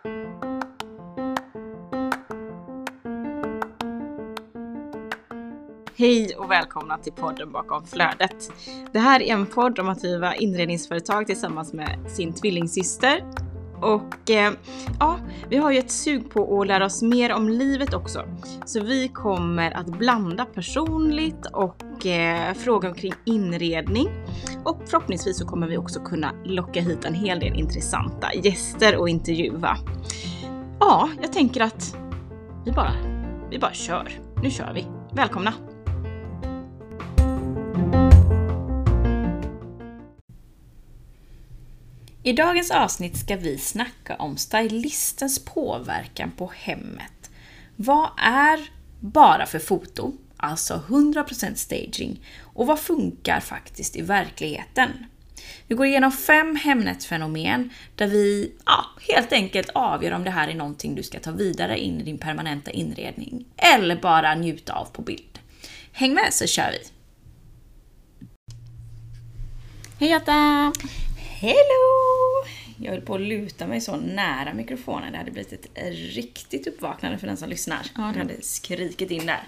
Hej och välkomna till podden Bakom flödet. Det här är en podd om att driva inredningsföretag tillsammans med sin tvillingsyster. Och vi har ju ett sug på att lära oss mer om livet också. Så vi kommer att blanda personligt och fråga omkring inredning. Och förhoppningsvis så kommer vi också kunna locka hit en hel del intressanta gäster och intervjua. Ja, jag tänker att vi bara kör. Nu kör vi. Välkomna! I dagens avsnitt ska vi snacka om stylistens påverkan på hemmet. Vad är bara för foto, alltså 100% staging, och vad funkar faktiskt i verkligheten? Vi går igenom 5 Hemnet-fenomen där vi helt enkelt avgör om det här är någonting du ska ta vidare in i din permanenta inredning eller bara njuta av på bild. Häng med så kör vi! Hej Jata! Hello! Jag höll på att luta mig så nära mikrofonen. Det hade blivit ett riktigt uppvaknande för den som lyssnar. Ja, du hade skrikit in där.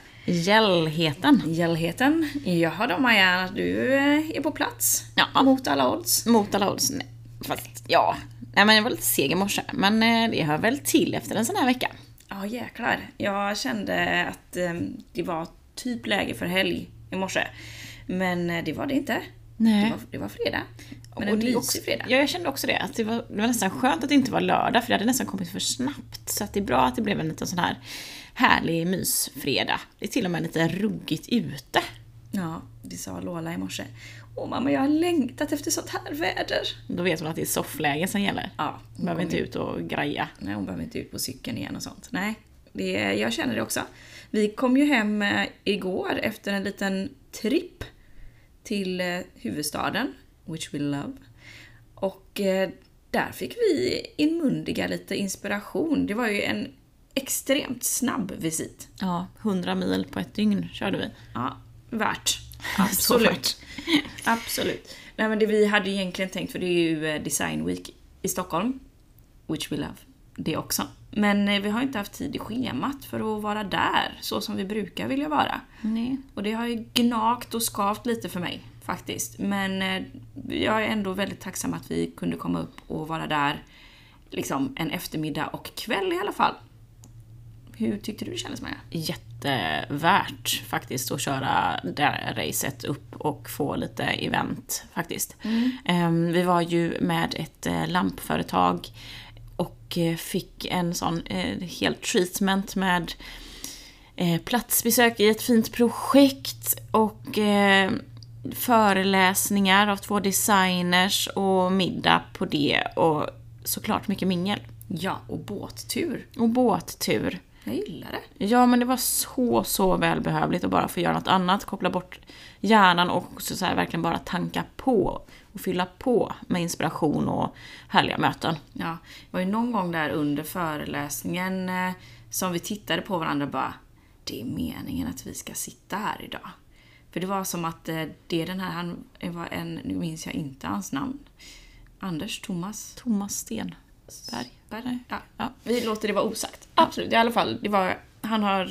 Gällheten. Jaha då Maja, du är på plats. Ja. Mot alla odds. Nej, fast, Nej, men jag var lite seg i morse. Men det hör väl till efter en sån här vecka. Ja, jäklar. Jag kände att det var typ läge för helg i morse. Men det var det inte. Nej. Det var fredag. Men en mysig fredag. Ja, jag kände också det. Att det var nästan skönt att det inte var lördag. För det hade nästan kommit för snabbt. Så att det är bra att det blev en liten sån här härlig mysfredag. Det är till och med lite ruggigt ute. Ja, det sa Lola i morse. Åh mamma, jag har längtat efter sånt här väder. Då vet hon att det är sofflägen som gäller. Ja. Hon behöver inte ut och greja. Nej, hon behöver inte ut på cykeln igen och sånt. Nej, jag känner det också. Vi kom ju hem igår efter en liten tripp till huvudstaden, which we love. Och där fick vi inmundiga lite inspiration. Det var ju en extremt snabb visit. Ja, 100 mil på ett dygn körde vi. Ja, värt. Absolut. Absolut. Nej, men det vi hade egentligen tänkt, för det är ju Design Week i Stockholm, which we love. Det också. Men vi har inte haft tid i schemat för att vara där så som vi brukar vilja vara. Nej. Och det har ju gnagt och skavt lite för mig faktiskt. Men jag är ändå väldigt tacksam att vi kunde komma upp och vara där liksom en eftermiddag och kväll i alla fall. Hur tyckte du det kändes, Maja? Jättevärt faktiskt att köra det racet upp och få lite event faktiskt. Vi var ju med ett lampföretag och fick en sån helt treatment med platsbesök i ett fint projekt och föreläsningar av 2 designers och middag på det och såklart mycket mingel. Ja, och båttur. Jag gillar det. Ja, men det var så välbehövligt att bara få göra något annat, koppla bort hjärnan och också så här verkligen bara tanka på och fylla på med inspiration och härliga möten. Ja, det var ju någon gång där under föreläsningen som vi tittade på varandra och bara, det är meningen att vi ska sitta här idag. För det var som att det är den här, han var nu minns jag inte hans namn. Thomas Stenberg. Ja. Vi låter det vara osagt. Absolut, i alla fall. Han har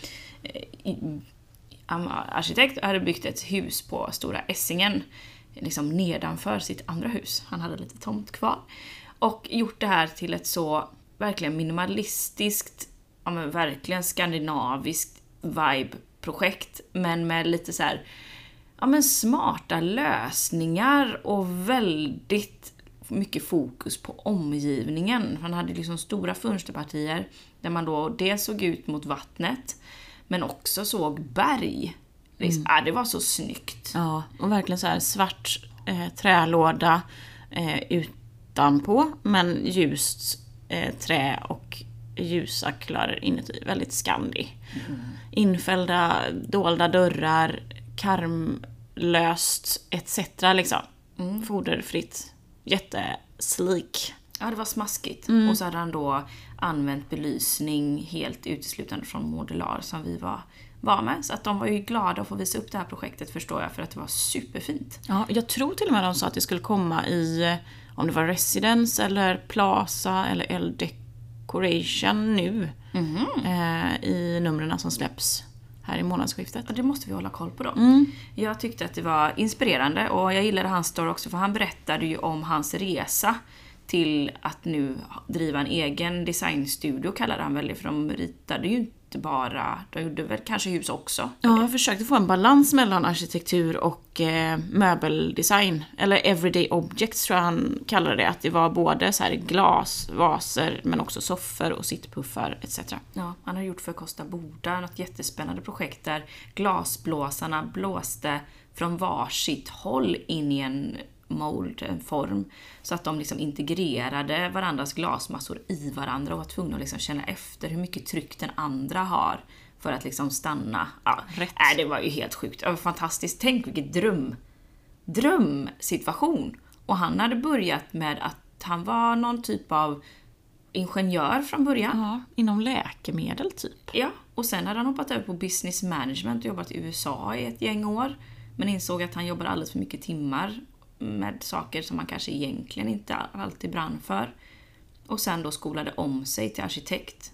arkitekt och hade byggt ett hus på Stora Essingen liksom nedanför sitt andra hus. Han hade lite tomt kvar. Och gjort det här till ett så verkligen minimalistiskt, men verkligen skandinaviskt vibe-projekt. Men med lite så här, smarta lösningar och väldigt mycket fokus på omgivningen. Han hade liksom stora fönsterpartier där man då dels såg ut mot vattnet men också såg berg. Det var så snyggt. Ja, och verkligen så här svart trälåda utanpå, men ljust trä och ljusa kulörer inuti. Väldigt skandi. Infällda, dolda dörrar, karmlöst etc. liksom. Foderfritt. Jätteslik. Ja, det var smaskigt. Och så hade han då använt belysning helt uteslutande från Modular som vi var med. Så att de var ju glada att få visa upp det här projektet, förstår jag, för att det var superfint. Ja, jag tror till och med de sa att det skulle komma i, om det var Residence eller Plaza eller El decoration nu i numren som släpps här i månadsskiftet. Det måste vi hålla koll på då. Jag tyckte att det var inspirerande och jag gillade hans story också för han berättade ju om hans resa till att nu driva en egen designstudio kallade han väl det, för de ritade ju inte bara, de gjorde väl kanske hus också. Ja, jag försökte få en balans mellan arkitektur och möbeldesign, eller everyday objects tror jag han kallade det, att det var både så här glas, vaser men också soffor och sittpuffar etc. Ja, han har gjort för Kosta Boda något jättespännande projekt där glasblåsarna blåste från varsitt håll in i en mold, en form, så att de liksom integrerade varandras glasmassor i varandra och var tvungna att liksom känna efter hur mycket tryck den andra har för att liksom stanna. Ja, rätt. Det var ju helt sjukt. Det var fantastiskt. Tänk vilket drömsituation. Och han hade börjat med att han var någon typ av ingenjör från början. Ja, inom läkemedel typ. Ja, och sen hade han hoppat över på business management och jobbat i USA i ett gäng år. Men insåg att han jobbar alldeles för mycket timmar med saker som man kanske egentligen inte alltid brann för. Och sen då skolade om sig till arkitekt.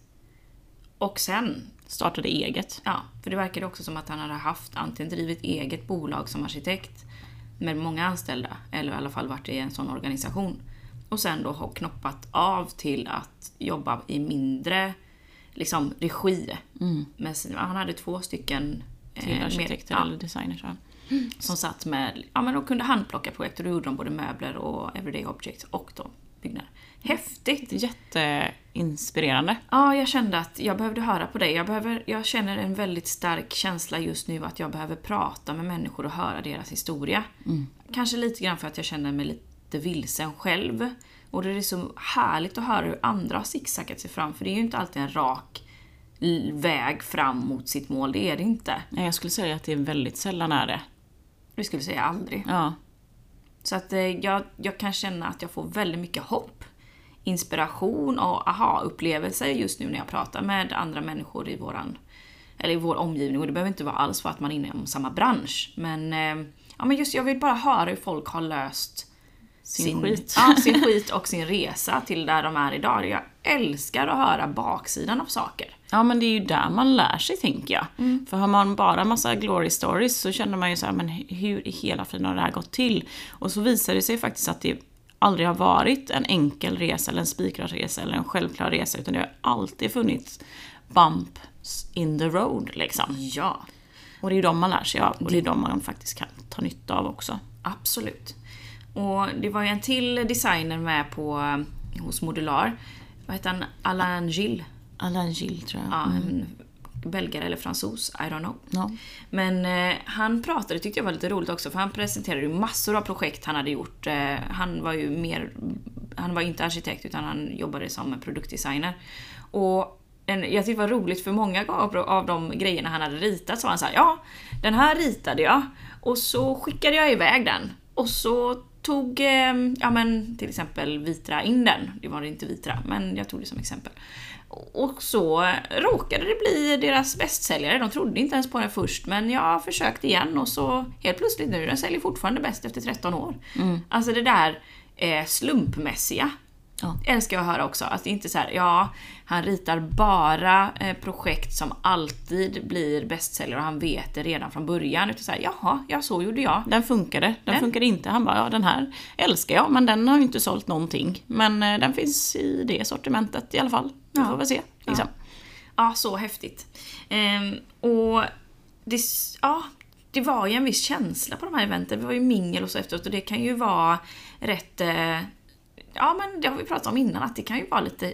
Och sen startade eget. Ja, för det verkade också som att han hade haft antingen drivit eget bolag som arkitekt med många anställda, eller i alla fall varit i en sån organisation. Och sen då har knoppat av till att jobba i mindre liksom regi. Men han hade 2 stycken till arkitekter eller designers. Som satt med, ja men de kunde handplocka projekt och då gjorde de både möbler och everyday objects och då byggnader. Häftigt! Jätteinspirerande. Ja, jag kände att jag behövde höra på dig. Jag känner en väldigt stark känsla just nu att jag behöver prata med människor och höra deras historia. Kanske lite grann för att jag känner mig lite vilsen själv. Och det är så härligt att höra hur andra har zigzackat sig fram, för det är ju inte alltid en rak väg fram mot sitt mål, det är det inte. Nej, jag skulle säga att det är väldigt sällan är det. Du skulle säga aldrig. Ja. Så att jag kan känna att jag får väldigt mycket hopp, inspiration och aha-upplevelser just nu när jag pratar med andra människor i vår omgivning. Och det behöver inte vara alls för att man är inne i samma bransch. Men just jag vill bara höra hur folk har löst sin skit och sin resa till där de är idag. Jag älskar att höra baksidan av saker. Ja, men det är ju där man lär sig, tänker jag. För har man bara massa glory stories så känner man ju så här, men hur i hela friden har det här gått till? Och så visar det sig faktiskt att det aldrig har varit en enkel resa eller en spikrak resa eller en självklar resa, utan det har alltid funnits bumps in the road liksom. Ja. Och det är ju de man lär sig av och det är de man faktiskt kan ta nytta av också. Absolut. Och det var ju en till designer med hos Modular. Vad heter han? Alain Gilles tror jag. Ja, en belgare eller fransos, I don't know. No. Men han pratade, tyckte jag var lite roligt också, för han presenterade ju massor av projekt han hade gjort. Han var inte arkitekt utan han jobbade som produktdesigner. Och jag tyckte det var roligt, för många av de grejerna han hade ritat så var han så här, ja, den här ritade jag och så skickade jag iväg den. Och så tog, till exempel Vitra in den. Det var inte Vitra, men jag tog det som exempel. Och så råkade det bli deras bästsäljare. De trodde inte ens på den först, men jag försökte igen och så helt plötsligt nu, den säljer fortfarande bäst efter 13 år. Alltså det där slumpmässiga. Ja. Älskar jag att höra också. Att det inte är så här, han ritar bara projekt som alltid blir bästsäljare och han vet det redan från början. Utan så här, så gjorde jag. Den funkade. Den funkade inte. Han bara, den här älskar jag, men den har ju inte sålt någonting. Men den finns i det sortimentet i alla fall. Vi får väl se. Liksom. Ja, så häftigt. Och det var ju en viss känsla på de här eventen. Det var ju mingel och så efteråt, och det kan ju vara rätt... men det har vi pratat om innan, att det kan ju vara lite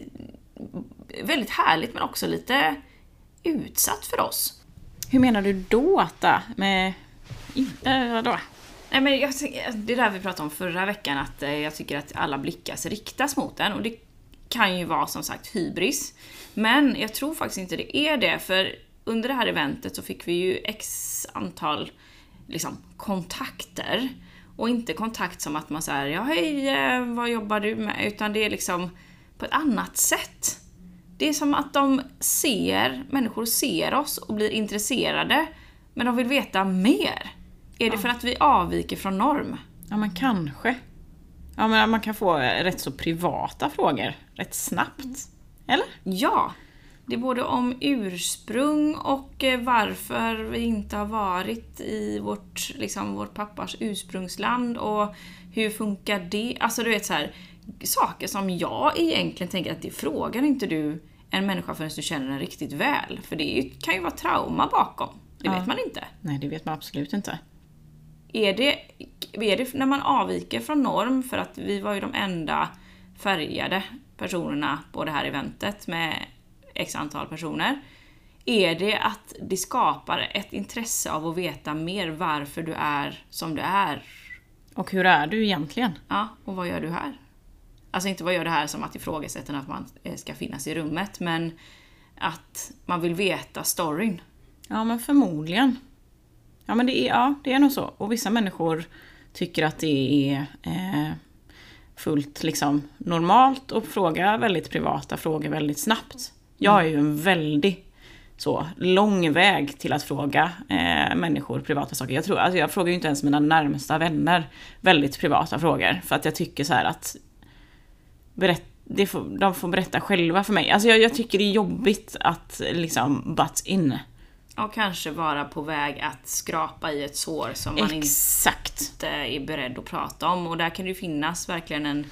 väldigt härligt men också lite utsatt för oss. Hur menar du då att med då? Nej, men det där vi pratade om förra veckan, att jag tycker att alla blickar riktas mot den, och det kan ju vara som sagt hybris, men jag tror faktiskt inte det är det, för under det här eventet så fick vi ju x antal liksom kontakter. Och inte kontakt som att man säger, ja hej, vad jobbar du med? Utan det är liksom på ett annat sätt. Det är som att människor ser oss och blir intresserade, men de vill veta mer. Är det för att vi avviker från norm? Ja, men kanske. Ja, men man kan få rätt så privata frågor rätt snabbt. Eller? Ja. Det är både om ursprung och varför vi inte har varit i vårt pappas ursprungsland och hur funkar det? Alltså du vet så här, saker som jag egentligen tänker att det frågar inte du en människa förrän du känner den riktigt väl. För det kan ju vara trauma bakom. Det vet man inte. Nej, det vet man absolut inte. Är det när man avviker från norm, för att vi var ju de enda färgade personerna på det här eventet med x antal personer. Är det att det skapar ett intresse av att veta mer varför du är som du är? Och hur är du egentligen? Ja, och vad gör du här? Alltså inte vad gör det här som att ifrågasätta att man ska finnas i rummet, men att man vill veta storyn. Ja, men förmodligen. Ja, men det är nog så. Och vissa människor tycker att det är fullt liksom normalt att fråga väldigt privata frågor väldigt snabbt. Jag är ju en väldigt så lång väg till att fråga människor privata saker. Jag frågar ju inte ens mina närmsta vänner väldigt privata frågor. För att jag tycker så här att de får berätta själva för mig. Alltså jag tycker det är jobbigt att liksom butt in. Och kanske vara på väg att skrapa i ett sår som man inte är beredd att prata om. Och där kan det ju finnas verkligen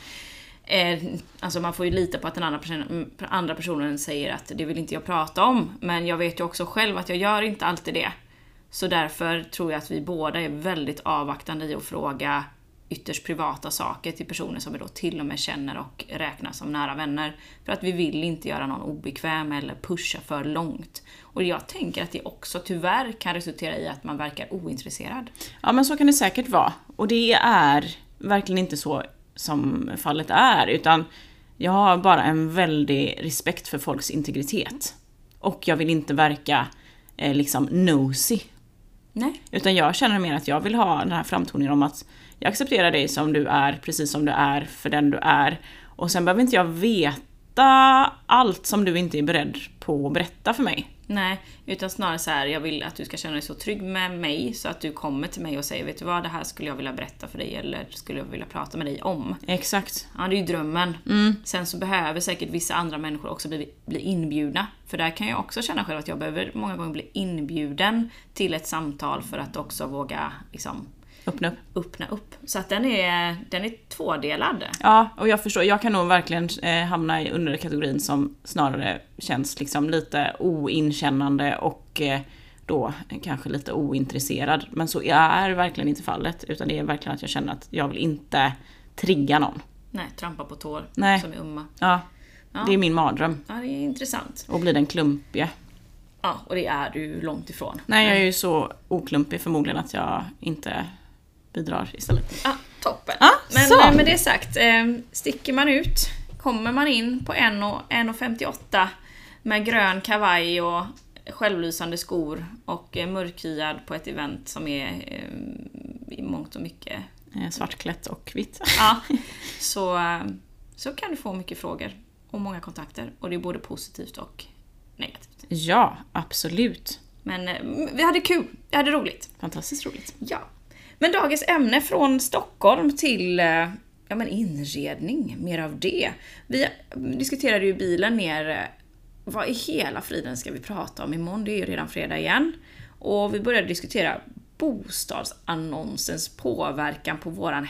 alltså man får ju lita på att den andra personen säger att det vill inte jag prata om. Men jag vet ju också själv att jag gör inte alltid det. Så därför tror jag att vi båda är väldigt avvaktande i att fråga ytterst privata saker till personer som vi då till och med känner och räknar som nära vänner. För att vi vill inte göra någon obekväm eller pusha för långt. Och jag tänker att det också tyvärr kan resultera i att man verkar ointresserad. Ja, men så kan det säkert vara. Och det är verkligen inte så som fallet är. Utan jag har bara en väldig respekt för folks integritet. Och jag vill inte verka liksom nosy. Nej. Utan jag känner mer att jag vill ha den här framtoningen om att jag accepterar dig som du är, precis som du är, för den du är. Och sen behöver inte jag veta allt som du inte är beredd på att berätta för mig. Nej, utan snarare så här, jag vill att du ska känna dig så trygg med mig så att du kommer till mig och säger, vet du vad, det här skulle jag vilja berätta för dig eller skulle jag vilja prata med dig om. Exakt. Ja, det är ju drömmen. Sen så behöver säkert vissa andra människor också bli inbjudna. För där kan jag också känna själv att jag behöver många gånger bli inbjuden till ett samtal för att också våga liksom öppna upp. Så att den är tvådelad. Ja, och jag förstår. Jag kan nog verkligen hamna under kategorin som snarare känns liksom lite oinkännande och då kanske lite ointresserad. Men så är verkligen inte fallet. Utan det är verkligen att jag känner att jag vill inte trigga någon. Nej, trampa på tår. Nej. Som är umma. Ja, det är min mardröm. Ja, det är intressant. Och bli den klumpiga. Ja, och det är du långt ifrån. Nej, jag är ju så oklumpig förmodligen att jag inte bidrar istället. Ja, toppen. Ja, men med det sagt, sticker man ut, kommer man in på 1,58 med grön kavaj och självlysande skor och mörkhyad på ett event som är i mångt och mycket svartklätt och vitt. Ja, så kan du få mycket frågor och många kontakter. Och det är både positivt och negativt. Ja, absolut. Men vi hade kul, vi hade roligt. Fantastiskt roligt. Ja. Men dagens ämne från Stockholm till inredning, mer av det. Vi diskuterade ju bilen ner, vad i hela friden ska vi prata om imorgon? Det är ju redan fredag igen. Och vi började diskutera bostadsannonsens påverkan på våra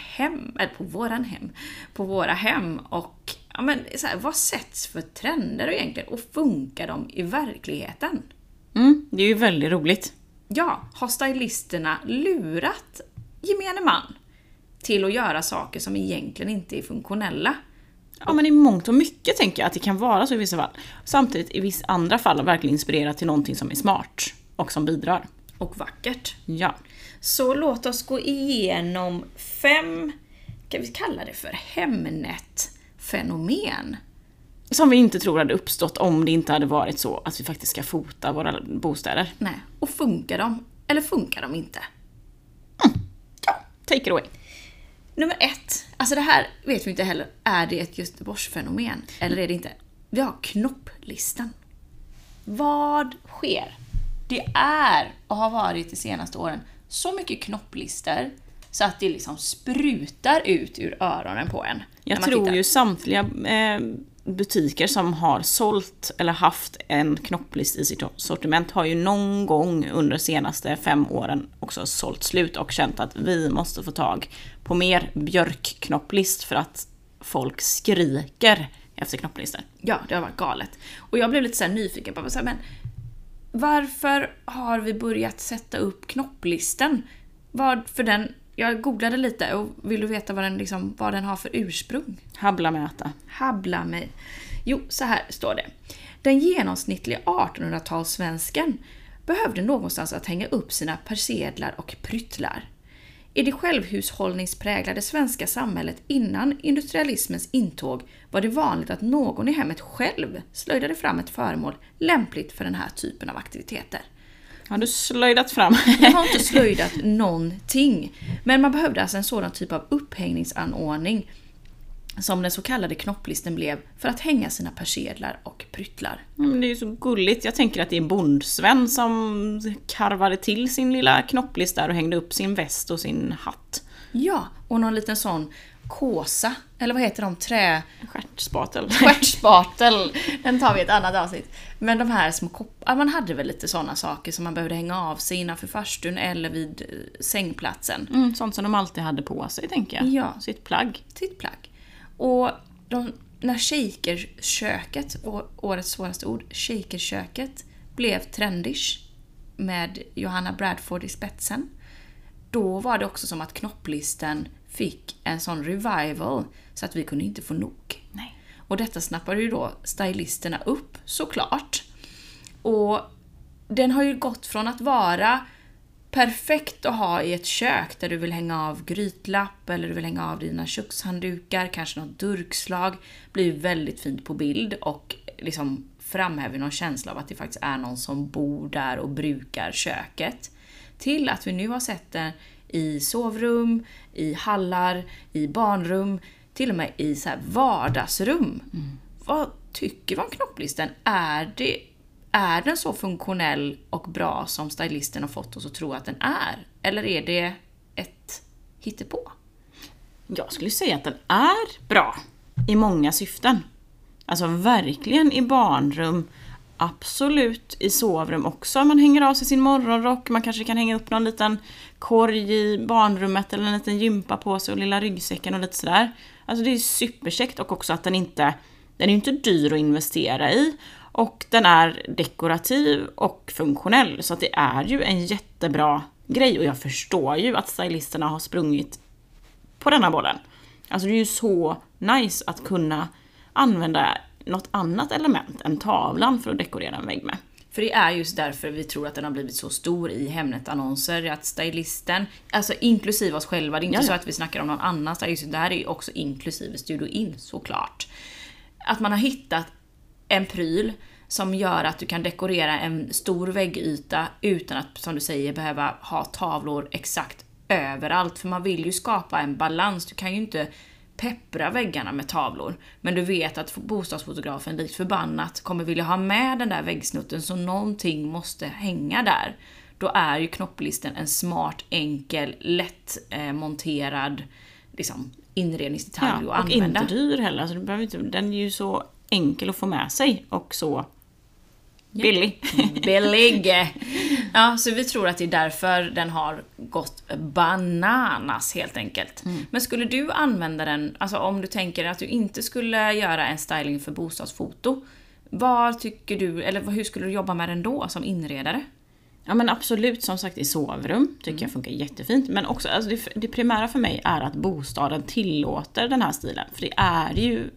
hem och så här, vad sätts för trender egentligen och funkar de i verkligheten? Det är ju väldigt roligt. Ja, har stylisterna lurat gemene man till att göra saker som egentligen inte är funktionella? Ja, men i mångt och mycket tänker jag att det kan vara så i vissa fall. Samtidigt i vissa andra fall verkligen inspirera till någonting som är smart och som bidrar. Och vackert. Ja. Så låt oss gå igenom 5, kan vi kalla det för Hemnet-fenomen. Som vi inte tror hade uppstått om det inte hade varit så att vi faktiskt ska fota våra bostäder. Nej, och funkar de? Eller funkar de inte? Ja, take it away. Nummer 1. Alltså det här vet vi inte heller. Är det ett Göteborgsfenomen? Eller är det inte? Vi har knopplistan. Vad sker? Det är och har varit de senaste åren så mycket knopplistor så att det liksom sprutar ut ur öronen på en. Jag tror ju samtliga butiker som har sålt eller haft en knopplist i sitt sortiment har ju någon gång under de senaste 5 åren också sålt slut och känt att vi måste få tag på mer björkknopplist för att folk skriker efter knopplistor. Ja, det har varit galet. Och jag blev lite så här nyfiken på men varför har vi börjat sätta upp knopplisten? För den, jag googlade lite och vill du veta vad den har för ursprung? Hablamäta. Jo, så här står det. Den genomsnittliga 1800-talssvensken behövde någonstans att hänga upp sina persedlar och pryttlar. I det självhushållningspräglade svenska samhället innan industrialismens intåg var det vanligt att någon i hemmet själv slöjdade fram ett föremål lämpligt för den här typen av aktiviteter. Har du slöjdat fram? Jag har inte slöjdat någonting. Men man behövde alltså en sådan typ av upphängningsanordning som den så kallade knopplisten blev för att hänga sina persedlar och pryttlar. Men det är ju så gulligt. Jag tänker att det är Bondsven som karvade till sin lilla knopplist där och hängde upp sin väst och sin hatt. Ja, och någon liten sån kåsa, eller vad heter de? Stjärtspatel. Den tar vi ett annat avsnitt. Men de här små koppar, man hade väl lite såna saker som man behövde hänga av sig innanför farstun eller vid sängplatsen. Sånt som de alltid hade på sig, tänker jag. Ja. Sitt plagg. Och när shakerköket, årets svåraste ord, shakerköket blev trendish med Johanna Bradford i spetsen, då var det också som att knopplisten fick en sån revival så att vi kunde inte få nog. Nej. Och detta snappade ju då stylisterna upp, såklart. Och den har ju gått från att vara perfekt att ha i ett kök där du vill hänga av grytlapp eller du vill hänga av dina kökshanddukar, kanske något durkslag, blir väldigt fint på bild och liksom framhäver någon känsla av att det faktiskt är någon som bor där och brukar köket. Till att vi nu har sett den i sovrum, i hallar, i barnrum, till och med i så här vardagsrum. Vad tycker du om knopplisten? Är den så funktionell och bra som stylisten har fått oss att tro att den är? Eller är det ett hittepå? Jag skulle säga att den är bra i många syften. Alltså verkligen i barnrum, absolut i sovrum också. Man hänger av sig sin morgonrock, man kanske kan hänga upp någon liten korg i barnrummet eller en liten gympa på sig och lilla ryggsäcken och lite sådär. Alltså det är superkäckt, och också att den är inte dyr att investera i. Och den är dekorativ och funktionell, så att det är ju en jättebra grej. Och jag förstår ju att stylisterna har sprungit på denna bollen. Alltså det är ju så nice att kunna använda något annat element än tavlan för att dekorera en vägg med. För det är just därför vi tror att den har blivit så stor i Hemnet-annonser, att stylisten, alltså inklusive oss själva, det är inte så att vi snackar om någon annan stylist, det här är ju också inklusive Studio In, såklart. Att man har hittat en pryl som gör att du kan dekorera en stor väggyta utan att, som du säger, behöva ha tavlor exakt överallt. För man vill ju skapa en balans. Du kan ju inte peppra väggarna med tavlor. Men du vet att bostadsfotografen likt förbannat kommer vilja ha med den där väggsnutten, så någonting måste hänga där. Då är ju knopplisten en smart, enkel, lätt monterad liksom, inredningsdetalj att använda. Och inte dyr heller. Alltså, den är ju så enkel att få med sig och så billig. Ja, så vi tror att det är därför den har gått bananas helt enkelt. Men skulle du använda den, alltså om du tänker att du inte skulle göra en styling för bostadsfoto, vad tycker du, eller hur skulle du jobba med den då som inredare? Ja, men absolut, som sagt i sovrum tycker jag funkar jättefint. Men också, alltså det primära för mig är att bostaden tillåter den här stilen. För det är ju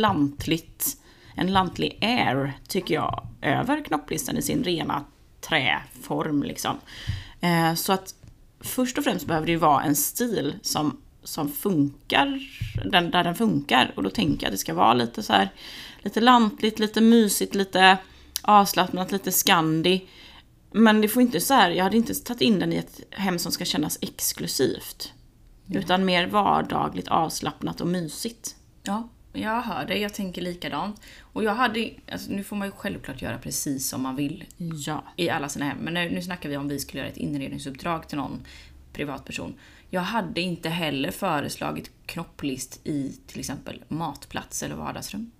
en lantlig air, tycker jag, över knopplisten i sin rena träform liksom. Så att först och främst behöver det ju vara en stil som funkar, där den funkar. Och då tänker jag att det ska vara lite så här, lite lantligt, lite mysigt, lite avslappnat, lite skandi. Men det får inte så här, jag hade inte tagit in den i ett hem som ska kännas exklusivt. Utan mer vardagligt, avslappnat och mysigt. Ja, jag hör det, jag tänker likadant. Och jag hade, alltså nu får man ju självklart göra precis som man vill i alla sina hem. Men nu snackar vi om vi skulle göra ett inredningsuppdrag till någon privatperson. Jag hade inte heller föreslagit knopplist i till exempel matplats eller vardagsrum.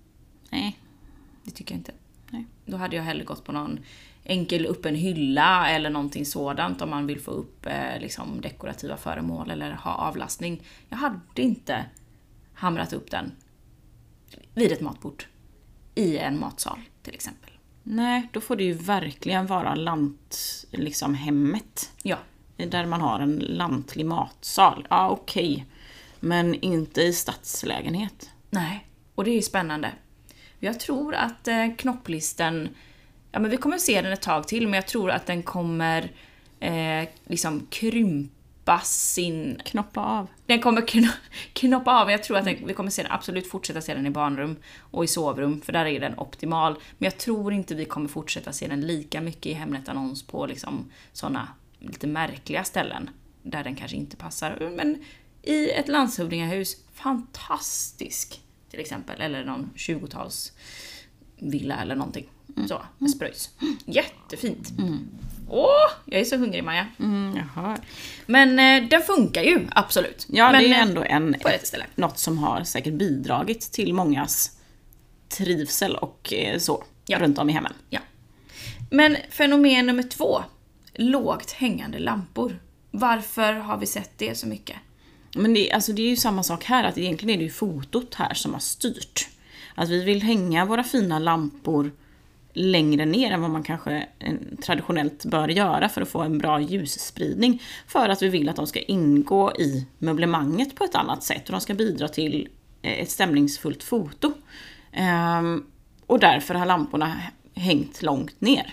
Nej. Det tycker jag inte. Nej. Då hade jag hellre gått på någon enkel öppen hylla eller någonting sådant om man vill få upp liksom dekorativa föremål eller ha avlastning. Jag hade inte hamrat upp den vid ett matbord i en matsal till exempel. Nej, då får det ju verkligen vara liksom hemmet. Ja. Där man har en lantlig matsal. Ja, okej. Men inte i stadslägenhet. Nej, och det är ju spännande. Jag tror att knopplisten, ja men vi kommer se den ett tag till, men jag tror att den kommer liksom krympa sin... Knoppa av. Den kommer knoppa av. Jag tror att vi kommer se den, absolut fortsätta se den i barnrum och i sovrum, för där är den optimal. Men jag tror inte vi kommer fortsätta se den lika mycket i Hemnet-annons på liksom såna lite märkliga ställen där den kanske inte passar. Men i ett landshövdingahus, fantastisk till exempel, eller någon 20-tals villa eller någonting. Så, med spröjs. Jättefint. Jag är så hungrig, Maja. Jaha. Men den funkar ju, absolut. Ja, men, det är ändå på ett ställe. Något som har säkert bidragit till mångas trivsel och så runt om i hemmen. Ja. Men fenomen nummer 2. Lågt hängande lampor. Varför har vi sett det så mycket? Men det är ju samma sak här, att egentligen är det ju fotot här som har styrt. Att vi vill hänga våra fina lampor längre ner än vad man kanske traditionellt bör göra för att få en bra ljusspridning. För att vi vill att de ska ingå i möblemanget på ett annat sätt och de ska bidra till ett stämningsfullt foto. Och därför har lamporna hängt långt ner.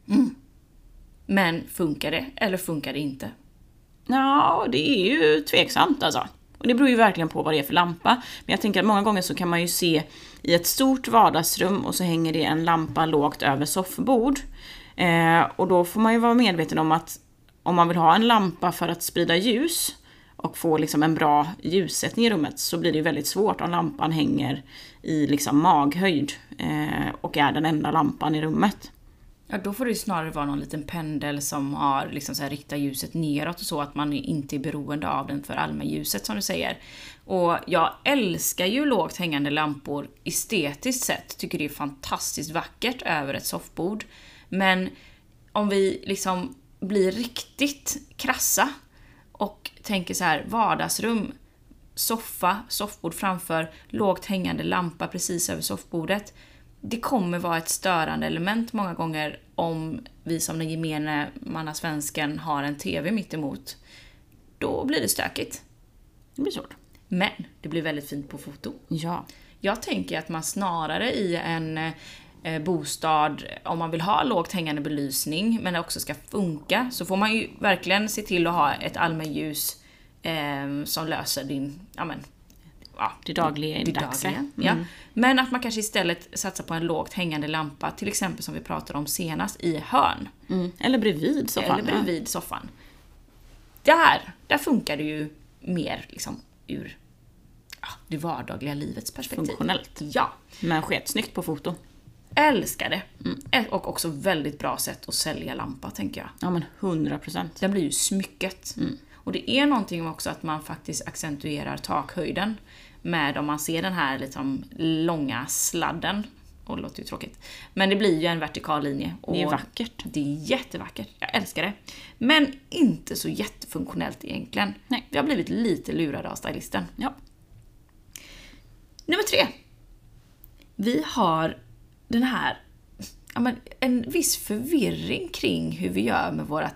Men funkar det eller funkar det inte? Ja, det är ju tveksamt alltså. Och det beror ju verkligen på vad det är för lampa. Men jag tänker att många gånger så kan man ju se i ett stort vardagsrum och så hänger det en lampa lågt över soffbord. Och då får man ju vara medveten om att om man vill ha en lampa för att sprida ljus och få liksom en bra ljussättning i rummet, så blir det ju väldigt svårt om lampan hänger i liksom maghöjd och är den enda lampan i rummet. Ja, då får det ju snarare vara någon liten pendel som har liksom så här riktat ljuset neråt och så, att man inte är beroende av den för allmänljuset som du säger. Och jag älskar ju lågt hängande lampor estetiskt sett. Tycker det är fantastiskt vackert över ett soffbord. Men om vi liksom blir riktigt krassa och tänker så här: vardagsrum, soffbord framför, lågt hängande lampa precis över soffbordet. Det kommer vara ett störande element många gånger om vi som den gemene mannasvensken har en tv mitt emot. Då blir det stökigt. Det blir svårt. Men det blir väldigt fint på foto. Ja. Jag tänker att man snarare i en bostad, om man vill ha lågt hängande belysning men det också ska funka, så får man ju verkligen se till att ha ett allmänljus som löser din... det dagliga. Ja. Men att man kanske istället satsar på en lågt hängande lampa, till exempel som vi pratade om senast, i hörn. Eller bredvid soffan. Där funkar det ju mer liksom ur det vardagliga livets perspektiv. Funktionellt. Ja. Men sketsnyggt på foto. Älskar det. Och också väldigt bra sätt att sälja lampa, tänker jag. Ja, men 100%. Den blir ju smycket. Och det är någonting också att man faktiskt accentuerar takhöjden med, om man ser den här liksom långa sladden. Och det låter ju tråkigt. Men det blir ju en vertikal linje. Och det är vackert. Det är jättevackert. Jag älskar det. Men inte så jättefunktionellt egentligen. Nej. Vi har blivit lite lurade av stylisten. Ja. Nummer 3. Vi har den här en viss förvirring kring hur vi gör med våra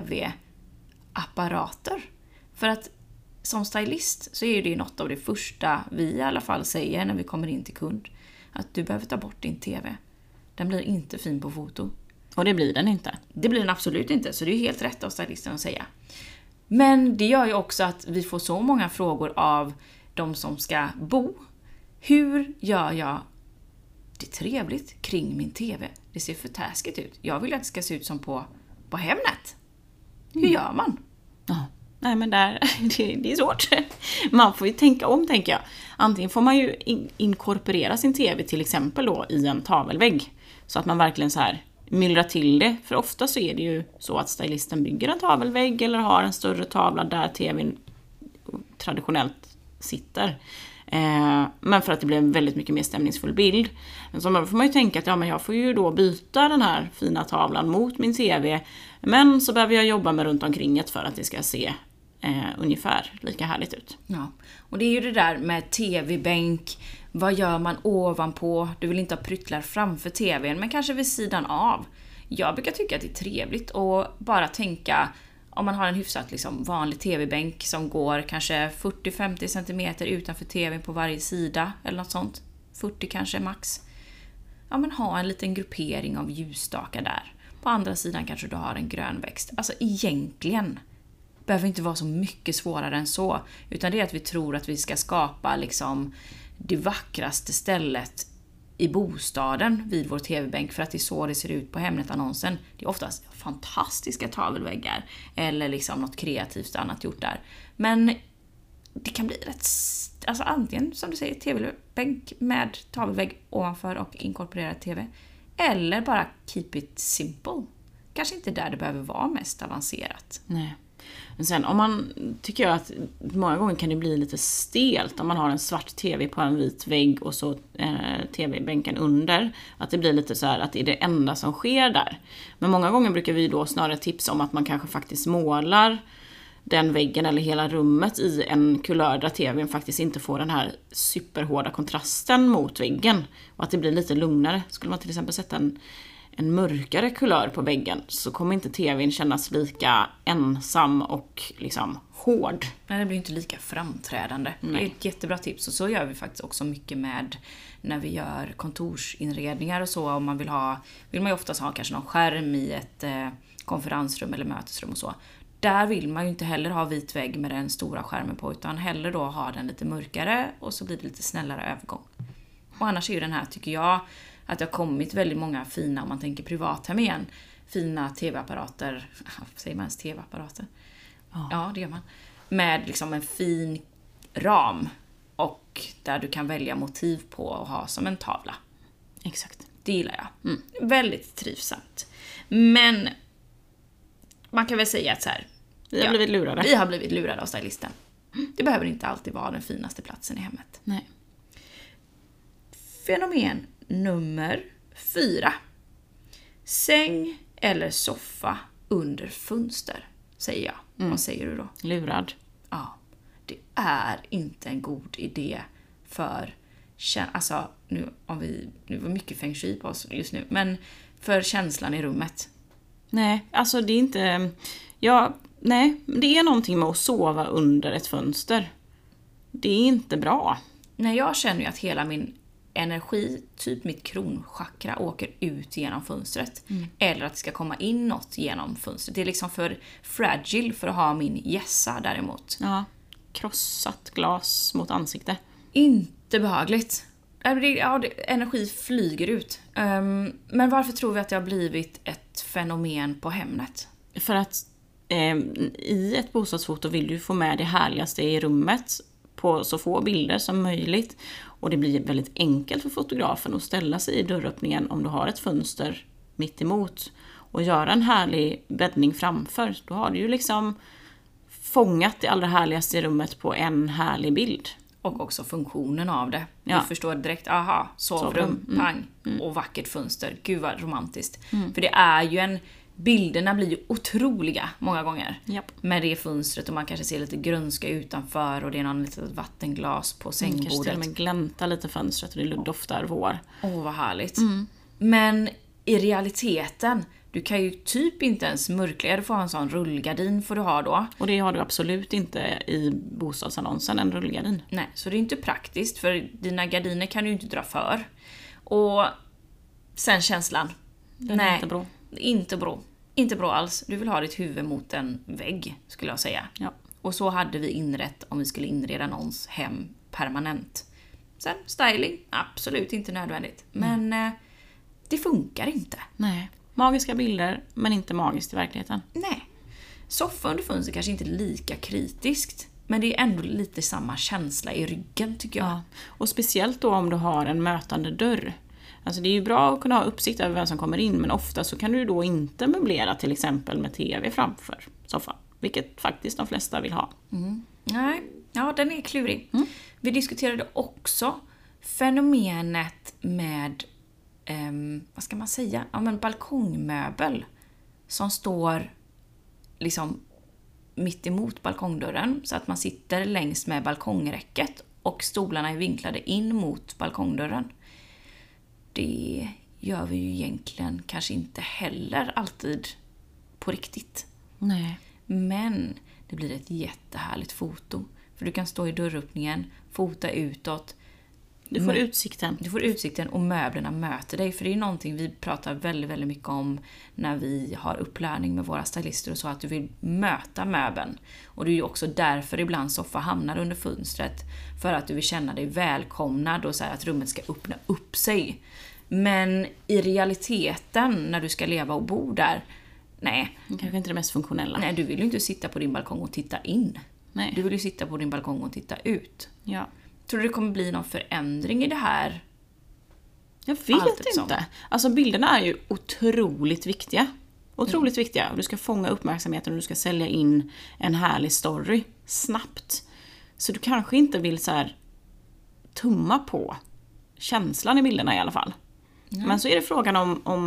tv-apparater. För att som stylist så är det ju något av det första vi i alla fall säger när vi kommer in till kund. Att du behöver ta bort din tv. Den blir inte fin på foto. Och det blir den inte. Det blir den absolut inte, så det är helt rätt av stylisten att säga. Men det gör ju också att vi får så många frågor av de som ska bo. Hur gör jag det trevligt kring min tv? Det ser för taskigt ut. Jag vill att det ska se ut som på Hemnet. Hur gör man? Ja. Nej, men det är svårt. Man får ju tänka om, tänker jag. Antingen får man ju inkorporera sin tv till exempel då i en tavelvägg. Så att man verkligen så här myllrar till det. För ofta så är det ju så att stylisten bygger en tavelvägg eller har en större tavla där tvn traditionellt sitter. Men för att det blev en väldigt mycket mer stämningsfull bild. Så då får man ju tänka att men jag får ju då byta den här fina tavlan mot min tv. Men så behöver jag jobba med runt omkring för att det ska se ungefär lika härligt ut. Ja, och det är ju det där med tv-bänk. Vad gör man ovanpå? Du vill inte ha pryttlar framför tvn, men kanske vid sidan av. Jag brukar tycka att det är trevligt att bara tänka, om man har en hyfsat liksom vanlig tv-bänk som går kanske 40-50 cm utanför tvn på varje sida eller något sånt. 40 kanske max. Ja, men ha en liten gruppering av ljusstakar där. På andra sidan kanske du har en grön växt. Alltså egentligen behöver inte vara så mycket svårare än så. Utan det är att vi tror att vi ska skapa liksom det vackraste stället i bostaden vid vår tv-bänk, för att det är så det ser ut på Hemnet-annonsen. Det är oftast fantastiska tavelväggar eller liksom något kreativt annat gjort där. Men det kan bli rätt, alltså antingen som du säger tv-bänk med tavelvägg ovanför och inkorporerad tv, eller bara keep it simple. Kanske inte där det behöver vara mest avancerat. Nej. Men sen om man tycker jag att många gånger kan det bli lite stelt om man har en svart tv på en vit vägg och så tv-bänken under, att det blir lite så här att det är det enda som sker där. Men många gånger brukar vi då snarare tipsa om att man kanske faktiskt målar den väggen eller hela rummet i en kulör där tvn faktiskt inte får den här superhårda kontrasten mot väggen, och att det blir lite lugnare. Skulle man till exempel sätta en mörkare kulör på väggen så kommer inte tvn kännas lika ensam och liksom hård. Nej, det blir inte lika framträdande. Nej. Det är ett jättebra tips, och så gör vi faktiskt också mycket med när vi gör kontorsinredningar och så. Om man vill man ju oftast ha kanske någon skärm i ett konferensrum eller mötesrum och så. Där vill man ju inte heller ha vit vägg med den stora skärmen på, utan hellre då ha den lite mörkare och så blir det lite snällare övergång. Och annars är ju den här, tycker jag, att det har kommit väldigt många fina, om man tänker privat hem igen, fina tv-apparater. Säger man ens tv-apparater? Ja, det gör man. Med liksom en fin ram och där du kan välja motiv på och ha som en tavla. Exakt. Det gillar jag. Väldigt trivsamt. Men man kan väl säga att så här, vi har blivit lurade. Vi har blivit lurade av stylisten. Det behöver inte alltid vara den finaste platsen i hemmet. Nej. Fenomen nummer 4. Säng eller soffa under fönster, säger jag. Vad säger du då? Lurad. Ja, det är inte en god idé för, alltså nu var mycket feng shui på oss just nu, men för känslan i rummet. Nej, alltså det är inte, nej, det är någonting med att sova under ett fönster. Det är inte bra. Nej, jag känner ju att hela min energi, typ mitt kronchakra, åker ut genom fönstret. Eller att det ska komma in något genom fönstret. Det är liksom för fragile för att ha min gässa däremot. Ja, krossat glas mot ansikte. Inte behagligt. Energi flyger ut. Men varför tror vi att det har blivit ett fenomen på Hemnet? För att i ett bostadsfoto vill du få med det härligaste i rummet på så få bilder som möjligt. Och det blir väldigt enkelt för fotografen att ställa sig i dörröppningen om du har ett fönster mitt emot och göra en härlig bäddning framför. Då har du ju liksom fångat det allra härligaste i rummet på en härlig bild. Och också funktionen av det. Ja. Du förstår direkt, aha, sovrum, pang, och vackert fönster. Gud vad romantiskt. För det är ju bilderna blir ju otroliga många gånger. Japp. Med det fönstret och man kanske ser lite grönska utanför och det är någon litet vattenglas på sängbordet. Kanske till och med glänta lite fönstret och det doftar vår. Vad härligt. Men i realiteten, du kan ju typ inte ens mörklägga. Du får ha en sån rullgardin får du ha då. Och det har du absolut inte i bostadsannonsen, en rullgardin. Nej, så det är inte praktiskt för dina gardiner kan du inte dra för. Och sen känslan. Den är inte bra. Inte bra alls. Du vill ha ditt huvud mot en vägg, skulle jag säga. Ja. Och så hade vi inrett om vi skulle inreda någons hem permanent. Sen styling, absolut inte nödvändigt. Men det funkar inte. Nej. Magiska bilder, men inte magiskt i verkligheten. Nej. Soffa under fönster kanske inte lika kritiskt. Men det är ändå lite samma känsla i ryggen, tycker jag. Ja. Och speciellt då om du har en mötande dörr. Alltså det är ju bra att kunna ha uppsikt över vem som kommer in, men ofta så kan du då inte möblera till exempel med tv framför soffan. Vilket faktiskt de flesta vill ha. Nej, Ja, den är klurig. Vi diskuterade också fenomenet med, vad ska man säga, men balkongmöbel som står liksom mitt emot balkongdörren så att man sitter längs med balkongräcket och stolarna är vinklade in mot balkongdörren. Det gör vi ju egentligen kanske inte heller alltid på riktigt. Nej. Men det blir ett jättehärligt foto. För du kan stå i dörröppningen, fota utåt. Du får utsikten. Du får utsikten och möblerna möter dig. För det är någonting vi pratar väldigt, väldigt mycket om när vi har upplärning med våra stylister och så. Att du vill möta möbeln. Och det är ju också därför ibland soffa hamnar under fönstret. För att du vill känna dig välkomnad och så här att rummet ska öppna upp sig. Men i realiteten när du ska leva och bo där, nej. Kanske inte det mest funktionella. Nej, du vill ju inte sitta på din balkong och titta in. Nej. Du vill ju sitta på din balkong och titta ut. Ja. Tror du det kommer bli någon förändring i det här? Jag vet inte. Alltså bilderna är ju otroligt viktiga. Otroligt viktiga. Du ska fånga uppmärksamheten och du ska sälja in en härlig story snabbt. Så du kanske inte vill så här tumma på känslan i bilderna i alla fall. Men så är det frågan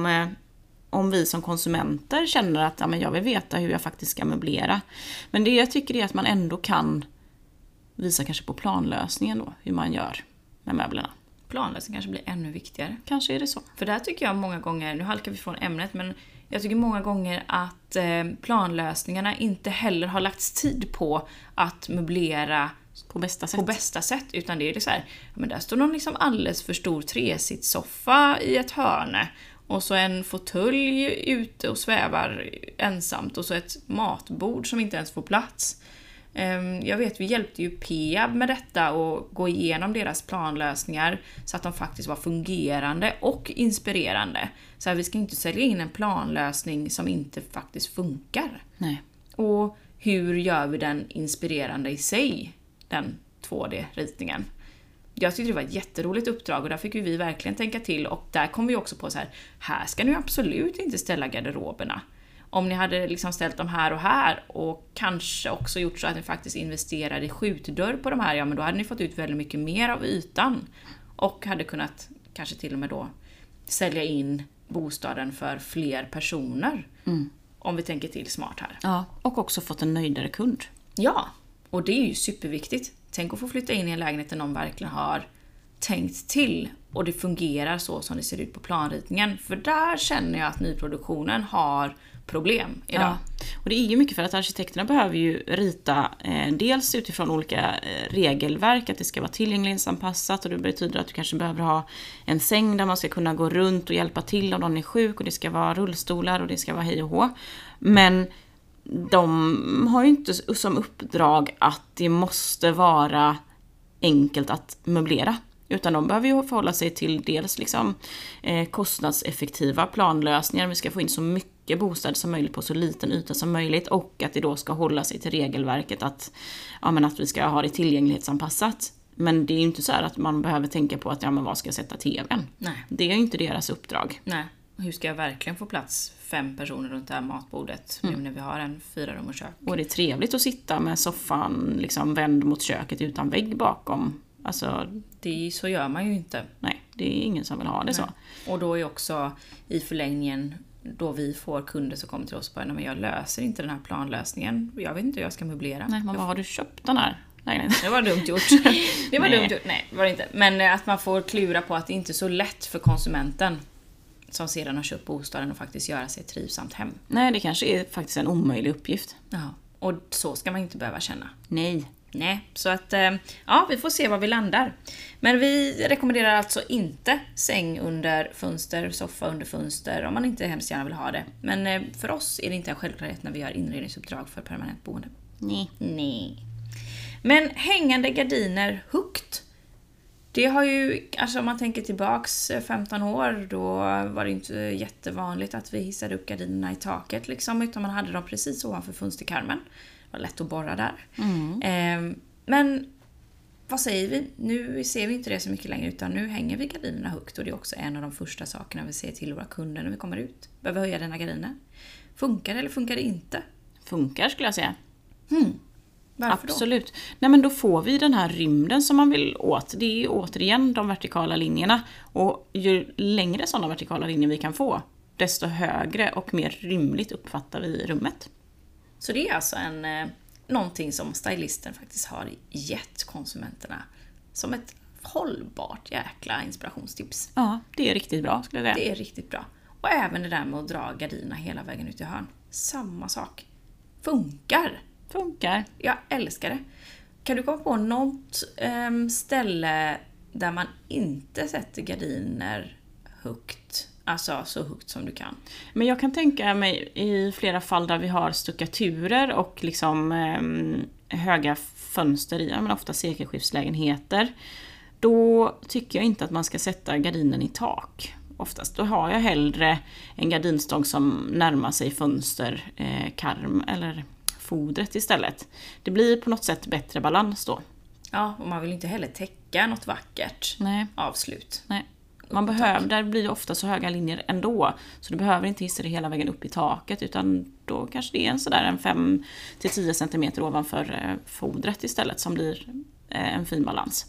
om vi som konsumenter känner att men jag vill veta hur jag faktiskt ska möblera. Men det jag tycker är att man ändå kan visa kanske på planlösningen då, hur man gör med möblerna. Planlösningen kanske blir ännu viktigare. Kanske är det så. För där tycker jag många gånger, nu halkar vi från ämnet, men jag tycker många gånger att planlösningarna inte heller har lagts tid på att möblera på bästa sätt. Utan det är så här, men där står någon liksom alldeles för stor tresitssoffa i ett hörne. Och så en fåtölj ute och svävar ensamt. Och så ett matbord som inte ens får plats. Jag vet, vi hjälpte ju Peab med detta och gå igenom deras planlösningar så att de faktiskt var fungerande och inspirerande. Så här, vi ska inte sälja in en planlösning som inte faktiskt funkar. Nej. Och hur gör vi den inspirerande i sig, den 2D-ritningen? Jag tyckte det var ett jätteroligt uppdrag och där fick ju vi verkligen tänka till. Och där kom vi också på så här ska ni absolut inte ställa garderoberna. Om ni hade liksom ställt dem här och kanske också gjort så att ni faktiskt investerade i skjutdörr på de här, ja men då hade ni fått ut väldigt mycket mer av ytan. Och hade kunnat kanske till och med då sälja in bostaden för fler personer. Om vi tänker till smart här. Ja, och också fått en nöjdare kund. Ja, och det är ju superviktigt. Tänk att få flytta in i en lägenhet där någon verkligen har tänkt till och det fungerar så som det ser ut på planritningen. För där känner jag att nyproduktionen har problem idag. Ja. Och det är ju mycket för att arkitekterna behöver ju rita dels utifrån olika regelverk, att det ska vara tillgänglighetsanpassat och det betyder att du kanske behöver ha en säng där man ska kunna gå runt och hjälpa till om någon är sjuk och det ska vara rullstolar och det ska vara hej och hå. Men de har ju inte som uppdrag att det måste vara enkelt att möblera. Utan de behöver ju förhålla sig till dels liksom, kostnadseffektiva planlösningar. Vi ska få in så mycket bostäder som möjligt på så liten yta som möjligt. Och att det då ska hålla sig till regelverket att vi ska ha det tillgänglighetsanpassat. Men det är ju inte så här att man behöver tänka på att vad ska jag sätta tvn? Nej. Det är ju inte deras uppdrag. Nej. Hur ska jag verkligen få plats 5 personer runt det här matbordet nu när vi har en 4-rum och kök? Och det är trevligt att sitta med soffan liksom vänd mot köket utan vägg bakom. Alltså, så gör man ju inte. Nej, det är ingen som vill ha det så. Och då är också i förlängningen då vi får kunder som kommer till oss och bara, men jag löser inte den här planlösningen. Jag vet inte hur jag ska möblera. Nej, man bara, har du köpt den här? Nej. Det var dumt gjort. Det var dumt gjort. Nej, det var det inte. Men att man får klura på att det inte är så lätt för konsumenten som sedan har köpt bostaden och faktiskt göra sig ett trivsamt hem. Nej, det kanske är faktiskt en omöjlig uppgift. Ja, och så ska man inte behöva känna. Nej, så att vi får se var vi landar. Men vi rekommenderar alltså inte säng under fönster, soffa under fönster om man inte hemskt gärna vill ha det. Men för oss är det inte en självklarhet när vi gör inredningsuppdrag för permanent boende. Nej. Men hängande gardiner högt. Det har ju, alltså om man tänker tillbaks 15 år, då var det inte jättevanligt att vi hissade upp gardinerna i taket liksom, utan man hade dem precis ovanför fönsterkarmen. Det var lätt att borra där. Men vad säger vi? Nu ser vi inte det så mycket längre, utan nu hänger vi gardinerna högt och det är också en av de första sakerna vi säger till våra kunder när vi kommer ut. Behöver höja dina gardiner. Funkar det eller funkar det inte? Funkar skulle jag säga. Varför Absolut. Då? Nej, men då får vi den här rymden som man vill åt. Det är ju återigen de vertikala linjerna. Och ju längre sådana vertikala linjer vi kan få, desto högre och mer rymligt uppfattar vi rummet. Så det är alltså någonting som stylisten faktiskt har gett konsumenterna som ett hållbart jäkla inspirationstips. Ja, det är riktigt bra skulle jag säga. Det är riktigt bra. Och även det där med att dra gardinerna hela vägen ut i hörn. Samma sak. Funkar. Jag älskar det. Kan du komma på något ställe där man inte sätter gardiner högt? Alltså så högt som du kan. Men jag kan tänka mig i flera fall där vi har stuckaturer och liksom höga fönster i, men ofta sekelskiftslägenheter. Då tycker jag inte att man ska sätta gardinen i tak. Oftast då har jag hellre en gardinstång som närmar sig fönster, karm eller fodret istället. Det blir på något sätt bättre balans då. Ja, och man vill inte heller täcka något vackert avslut. Nej. Där blir det ofta så höga linjer ändå. Så du behöver inte hissa det hela vägen upp i taket, utan då kanske det är en 5-10 cm ovanför fodret istället som blir en fin balans.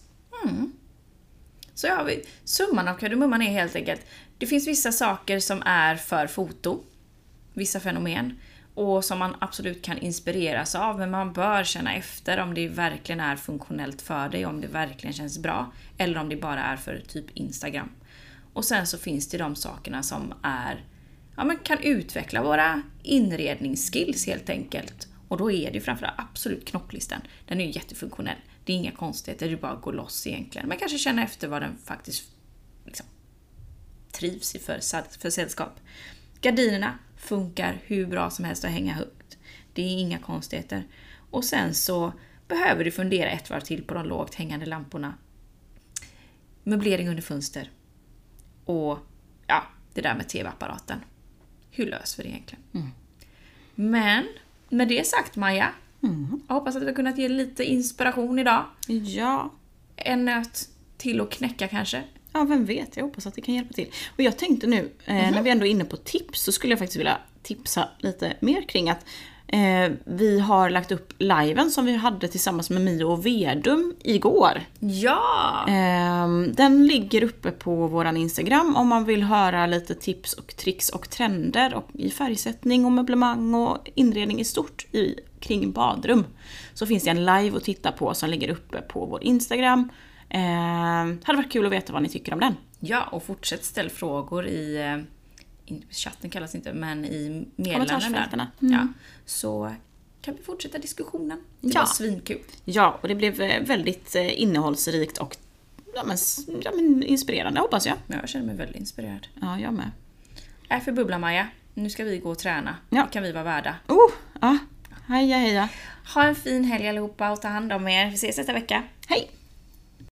Så har vi summan av kardemumman är helt enkelt, det finns vissa saker som är för foto, vissa fenomen, och som man absolut kan inspireras av, men man bör känna efter om det verkligen är funktionellt för dig, om det verkligen känns bra, eller om det bara är för typ Instagram. Och sen så finns det de sakerna som man kan utveckla våra inredningsskills helt enkelt. Och då är det framförallt absolut knopplistan. Den är ju jättefunktionell. Det är inga konstigheter, det bara går loss egentligen. Man kanske känner efter vad den faktiskt liksom trivs i för sällskap. Gardinerna funkar hur bra som helst att hänga högt. Det är inga konstigheter. Och sen så behöver du fundera ett varv till på de lågt hängande lamporna. Möblering under fönster. Och det där med tv-apparaten. Hur löser vi det egentligen? Men med det sagt, Maja, jag hoppas att vi har kunnat ge lite inspiration idag. Ja. En nöt till att knäcka kanske. Ja, vem vet, jag hoppas att det kan hjälpa till. Och jag tänkte nu, när vi ändå är inne på tips, så skulle jag faktiskt vilja tipsa lite mer kring att vi har lagt upp liven som vi hade tillsammans med Mio och Vedum igår. Ja! Den ligger uppe på våran Instagram om man vill höra lite tips och tricks och trender och i färgsättning och möblemang och inredning i stort kring badrum. Så finns det en live att titta på som ligger uppe på vår Instagram. Hade varit kul att veta vad ni tycker om den. Ja, och fortsätt ställa frågor i chatten kallas inte, men i meddelandena. Ja, så kan vi fortsätta diskussionen. Det var svinkul. Ja, och det blev väldigt innehållsrikt och inspirerande, hoppas jag. Ja, jag känner mig väldigt inspirerad. Ja, jag med. För bubbla, Maja. Nu ska vi gå och träna. Ja. Det kan vi vara värda. Heja. Ha en fin helg allihopa och ta hand om er. Vi ses nästa vecka. Hej!